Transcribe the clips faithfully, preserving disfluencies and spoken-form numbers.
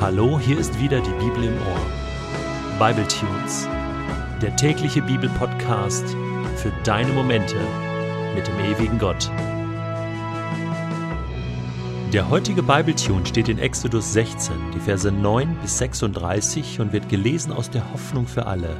Hallo, hier ist wieder die Bibel im Ohr. Bible Tunes, der tägliche Bibelpodcast für deine Momente mit dem ewigen Gott. Der heutige Bible Tune steht in Exodus sechzehn, die Verse neun bis sechsunddreißig und wird gelesen aus der Hoffnung für alle.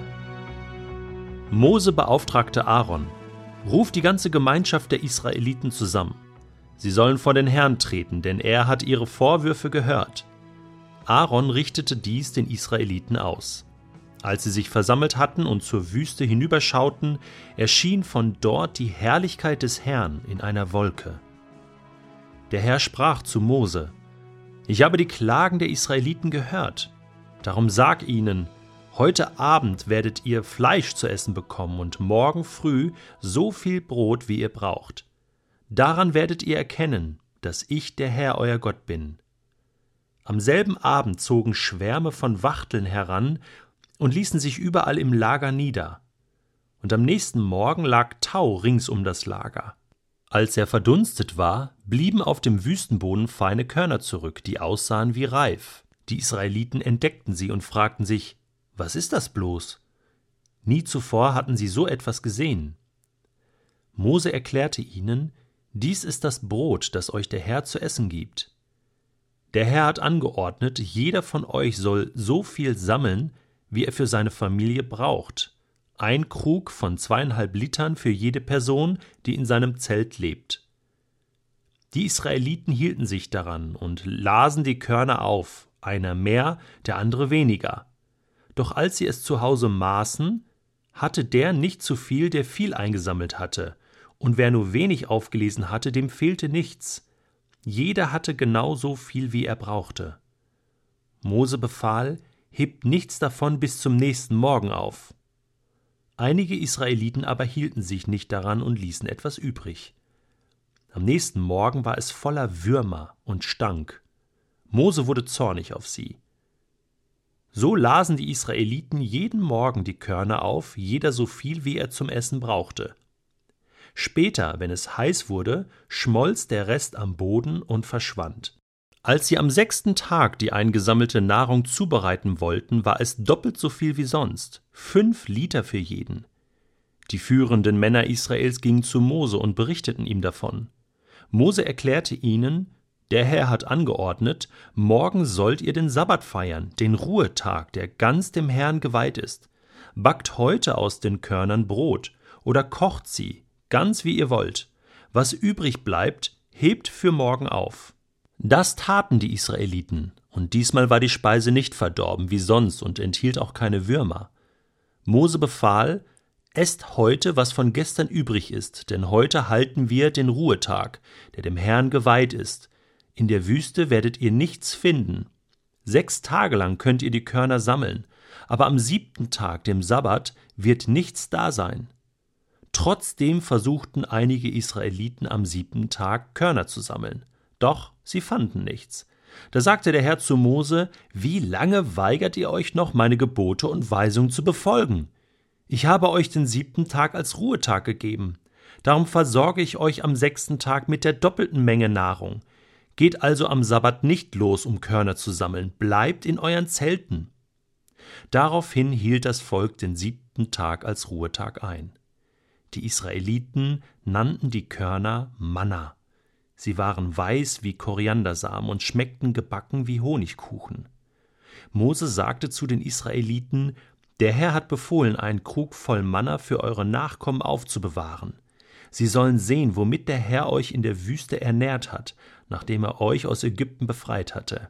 Mose beauftragte Aaron: Ruf die ganze Gemeinschaft der Israeliten zusammen. Sie sollen vor den Herrn treten, denn er hat ihre Vorwürfe gehört. Aaron richtete dies den Israeliten aus. Als sie sich versammelt hatten und zur Wüste hinüberschauten, erschien von dort die Herrlichkeit des Herrn in einer Wolke. Der Herr sprach zu Mose: Ich habe die Klagen der Israeliten gehört. Darum sag ihnen: Heute Abend werdet ihr Fleisch zu essen bekommen und morgen früh so viel Brot, wie ihr braucht. Daran werdet ihr erkennen, dass ich der Herr euer Gott bin. Am selben Abend zogen Schwärme von Wachteln heran und ließen sich überall im Lager nieder. Und am nächsten Morgen lag Tau rings um das Lager. Als er verdunstet war, blieben auf dem Wüstenboden feine Körner zurück, die aussahen wie Reif. Die Israeliten entdeckten sie und fragten sich: Was ist das bloß? Nie zuvor hatten sie so etwas gesehen. Mose erklärte ihnen: Dies ist das Brot, das euch der Herr zu essen gibt. Der Herr hat angeordnet, jeder von euch soll so viel sammeln, wie er für seine Familie braucht. Ein Krug von zweieinhalb Litern für jede Person, die in seinem Zelt lebt. Die Israeliten hielten sich daran und lasen die Körner auf, einer mehr, der andere weniger. Doch als sie es zu Hause maßen, hatte der nicht zu viel, der viel eingesammelt hatte, und wer nur wenig aufgelesen hatte, dem fehlte nichts. Jeder hatte genau so viel, wie er brauchte. Mose befahl: Hebt nichts davon bis zum nächsten Morgen auf. Einige Israeliten aber hielten sich nicht daran und ließen etwas übrig. Am nächsten Morgen war es voller Würmer und stank. Mose wurde zornig auf sie. So lasen die Israeliten jeden Morgen die Körner auf, jeder so viel, wie er zum Essen brauchte. Später, wenn es heiß wurde, schmolz der Rest am Boden und verschwand. Als sie am sechsten Tag die eingesammelte Nahrung zubereiten wollten, war es doppelt so viel wie sonst, fünf Liter für jeden. Die führenden Männer Israels gingen zu Mose und berichteten ihm davon. Mose erklärte ihnen: Der Herr hat angeordnet, morgen sollt ihr den Sabbat feiern, den Ruhetag, der ganz dem Herrn geweiht ist. Backt heute aus den Körnern Brot oder kocht sie, ganz wie ihr wollt. Was übrig bleibt, hebt für morgen auf. Das taten die Israeliten, und diesmal war die Speise nicht verdorben wie sonst und enthielt auch keine Würmer. Mose befahl: Esst heute, was von gestern übrig ist, denn heute halten wir den Ruhetag, der dem Herrn geweiht ist. In der Wüste werdet ihr nichts finden. Sechs Tage lang könnt ihr die Körner sammeln, aber am siebten Tag, dem Sabbat, wird nichts da sein. Trotzdem versuchten einige Israeliten am siebten Tag Körner zu sammeln. Doch sie fanden nichts. Da sagte der Herr zu Mose: Wie lange weigert ihr euch noch, meine Gebote und Weisungen zu befolgen? Ich habe euch den siebten Tag als Ruhetag gegeben. Darum versorge ich euch am sechsten Tag mit der doppelten Menge Nahrung. Geht also am Sabbat nicht los, um Körner zu sammeln. Bleibt in euren Zelten. Daraufhin hielt das Volk den siebten Tag als Ruhetag ein. Die Israeliten nannten die Körner Manna. Sie waren weiß wie Koriandersamen und schmeckten gebacken wie Honigkuchen. Mose sagte zu den Israeliten: Der Herr hat befohlen, einen Krug voll Manna für eure Nachkommen aufzubewahren. Sie sollen sehen, womit der Herr euch in der Wüste ernährt hat, nachdem er euch aus Ägypten befreit hatte.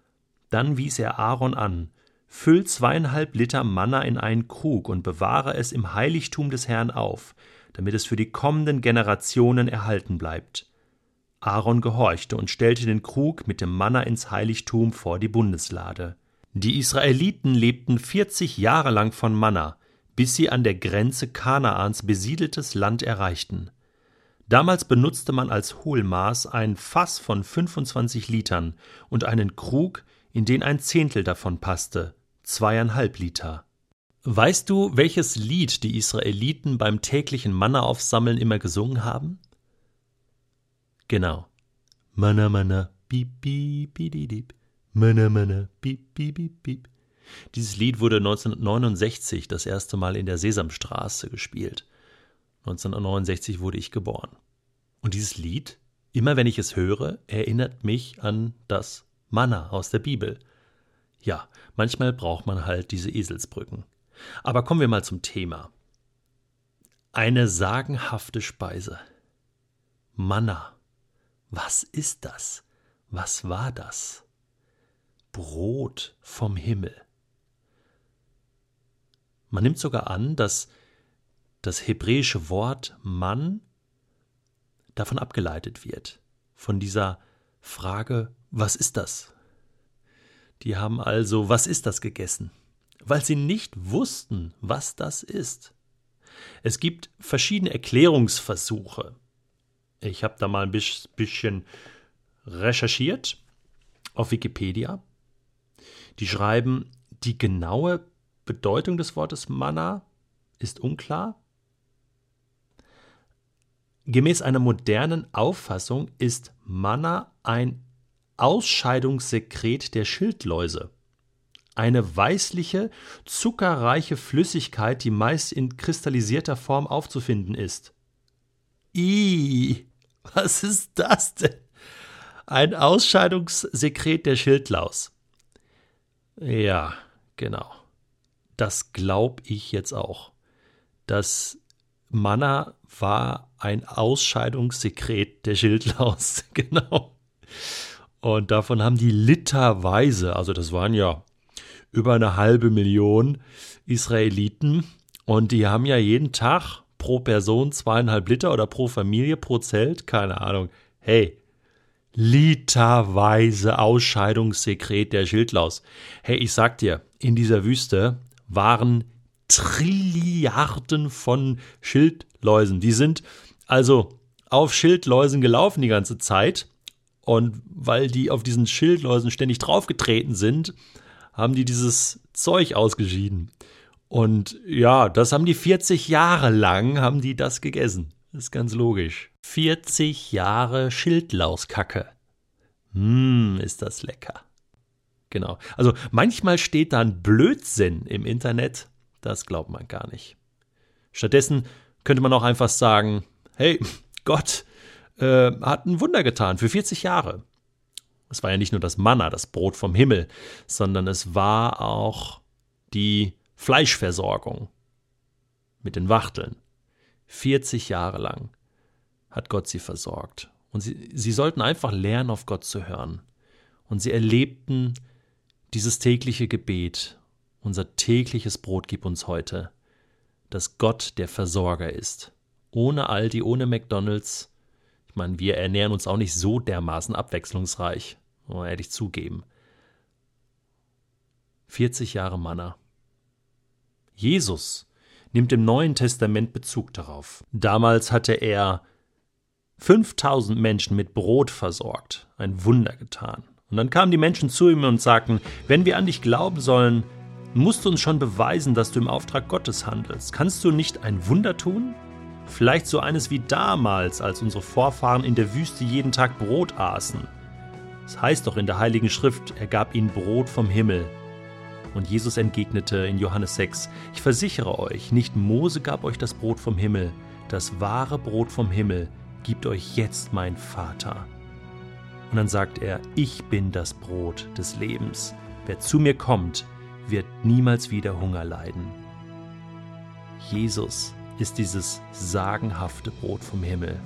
Dann wies er Aaron an: Füll zweieinhalb Liter Manna in einen Krug und bewahre es im Heiligtum des Herrn auf, damit es für die kommenden Generationen erhalten bleibt. Aaron gehorchte und stellte den Krug mit dem Manna ins Heiligtum vor die Bundeslade. Die Israeliten lebten vierzig Jahre lang von Manna, bis sie an der Grenze Kanaans besiedeltes Land erreichten. Damals benutzte man als Hohlmaß ein Fass von fünfundzwanzig Litern und einen Krug, in den ein Zehntel davon passte, zweieinhalb Liter. Weißt du, welches Lied die Israeliten beim täglichen Manna-Aufsammeln immer gesungen haben? Genau. Manna, Manna, bip, bip, bididip. Manna, manna, piep, piep, piep, piep. Dieses Lied wurde neunzehnhundertneunundsechzig das erste Mal in der Sesamstraße gespielt. neunzehnhundertneunundsechzig wurde ich geboren. Und dieses Lied, immer wenn ich es höre, erinnert mich an das Manna aus der Bibel. Ja, manchmal braucht man halt diese Eselsbrücken. Aber kommen wir mal zum Thema. Eine sagenhafte Speise. Manna. Was ist das? Was war das? Brot vom Himmel. Man nimmt sogar an, dass das hebräische Wort Mann davon abgeleitet wird, von dieser Frage, was ist das? Die haben also, was ist das gegessen? Weil sie nicht wussten, was das ist. Es gibt verschiedene Erklärungsversuche. Ich habe da mal ein bisschen recherchiert auf Wikipedia. Die schreiben, die genaue Bedeutung des Wortes Manna ist unklar. Gemäß einer modernen Auffassung ist Manna ein Ausscheidungssekret der Schildläuse. Eine weißliche, zuckerreiche Flüssigkeit, die meist in kristallisierter Form aufzufinden ist. Ih, was ist das denn? Ein Ausscheidungssekret der Schildlaus. Ja, genau. Das glaube ich jetzt auch. Das Manna war ein Ausscheidungssekret der Schildlaus, genau. Und davon haben die literweise, also das waren ja über eine halbe Million Israeliten, und die haben ja jeden Tag pro Person zweieinhalb Liter oder pro Familie, pro Zelt, keine Ahnung. Hey, literweise Ausscheidungssekret der Schildlaus. Hey, ich sag dir, in dieser Wüste waren Trilliarden von Schildläusen. Die sind also auf Schildläusen gelaufen die ganze Zeit. Und weil die auf diesen Schildläusen ständig draufgetreten sind, haben die dieses Zeug ausgeschieden. Und ja, das haben die vierzig Jahre lang, haben die das gegessen. Das ist ganz logisch. vierzig Jahre Schildlauskacke. Hm, ist das lecker. Genau. Also manchmal steht da ein Blödsinn im Internet, das glaubt man gar nicht. Stattdessen könnte man auch einfach sagen, hey, Gott äh, hat ein Wunder getan für vierzig Jahre. Es war ja nicht nur das Manna, das Brot vom Himmel, sondern es war auch die Fleischversorgung mit den Wachteln. vierzig Jahre lang hat Gott sie versorgt. Und sie, sie sollten einfach lernen, auf Gott zu hören. Und sie erlebten dieses tägliche Gebet, unser tägliches Brot gib uns heute, dass Gott der Versorger ist. Ohne Aldi, ohne McDonald's. Ich meine, wir ernähren uns auch nicht so dermaßen abwechslungsreich, muss man ehrlich zugeben. vierzig Jahre Manna. Jesus nimmt im Neuen Testament Bezug darauf. Damals hatte er fünftausend Menschen mit Brot versorgt, ein Wunder getan. Und dann kamen die Menschen zu ihm und sagten, wenn wir an dich glauben sollen, musst du uns schon beweisen, dass du im Auftrag Gottes handelst. Kannst du nicht ein Wunder tun? Vielleicht so eines wie damals, als unsere Vorfahren in der Wüste jeden Tag Brot aßen. Es heißt doch in der Heiligen Schrift, er gab ihnen Brot vom Himmel. Und Jesus entgegnete in Johannes sechs, ich versichere euch, nicht Mose gab euch das Brot vom Himmel, das wahre Brot vom Himmel gibt euch jetzt mein Vater. Und dann sagt er, ich bin das Brot des Lebens. Wer zu mir kommt, wird niemals wieder Hunger leiden. Jesus ist dieses sagenhafte Brot vom Himmel.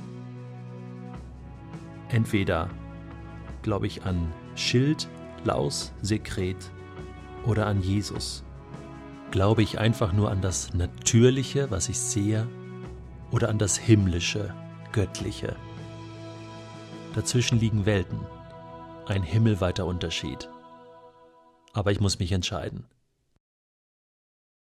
Entweder glaube ich an Schild, Laus, Sekret oder an Jesus. Glaube ich einfach nur an das Natürliche, was ich sehe, oder an das Himmlische, Göttliche. Dazwischen liegen Welten, ein himmelweiter Unterschied. Aber ich muss mich entscheiden.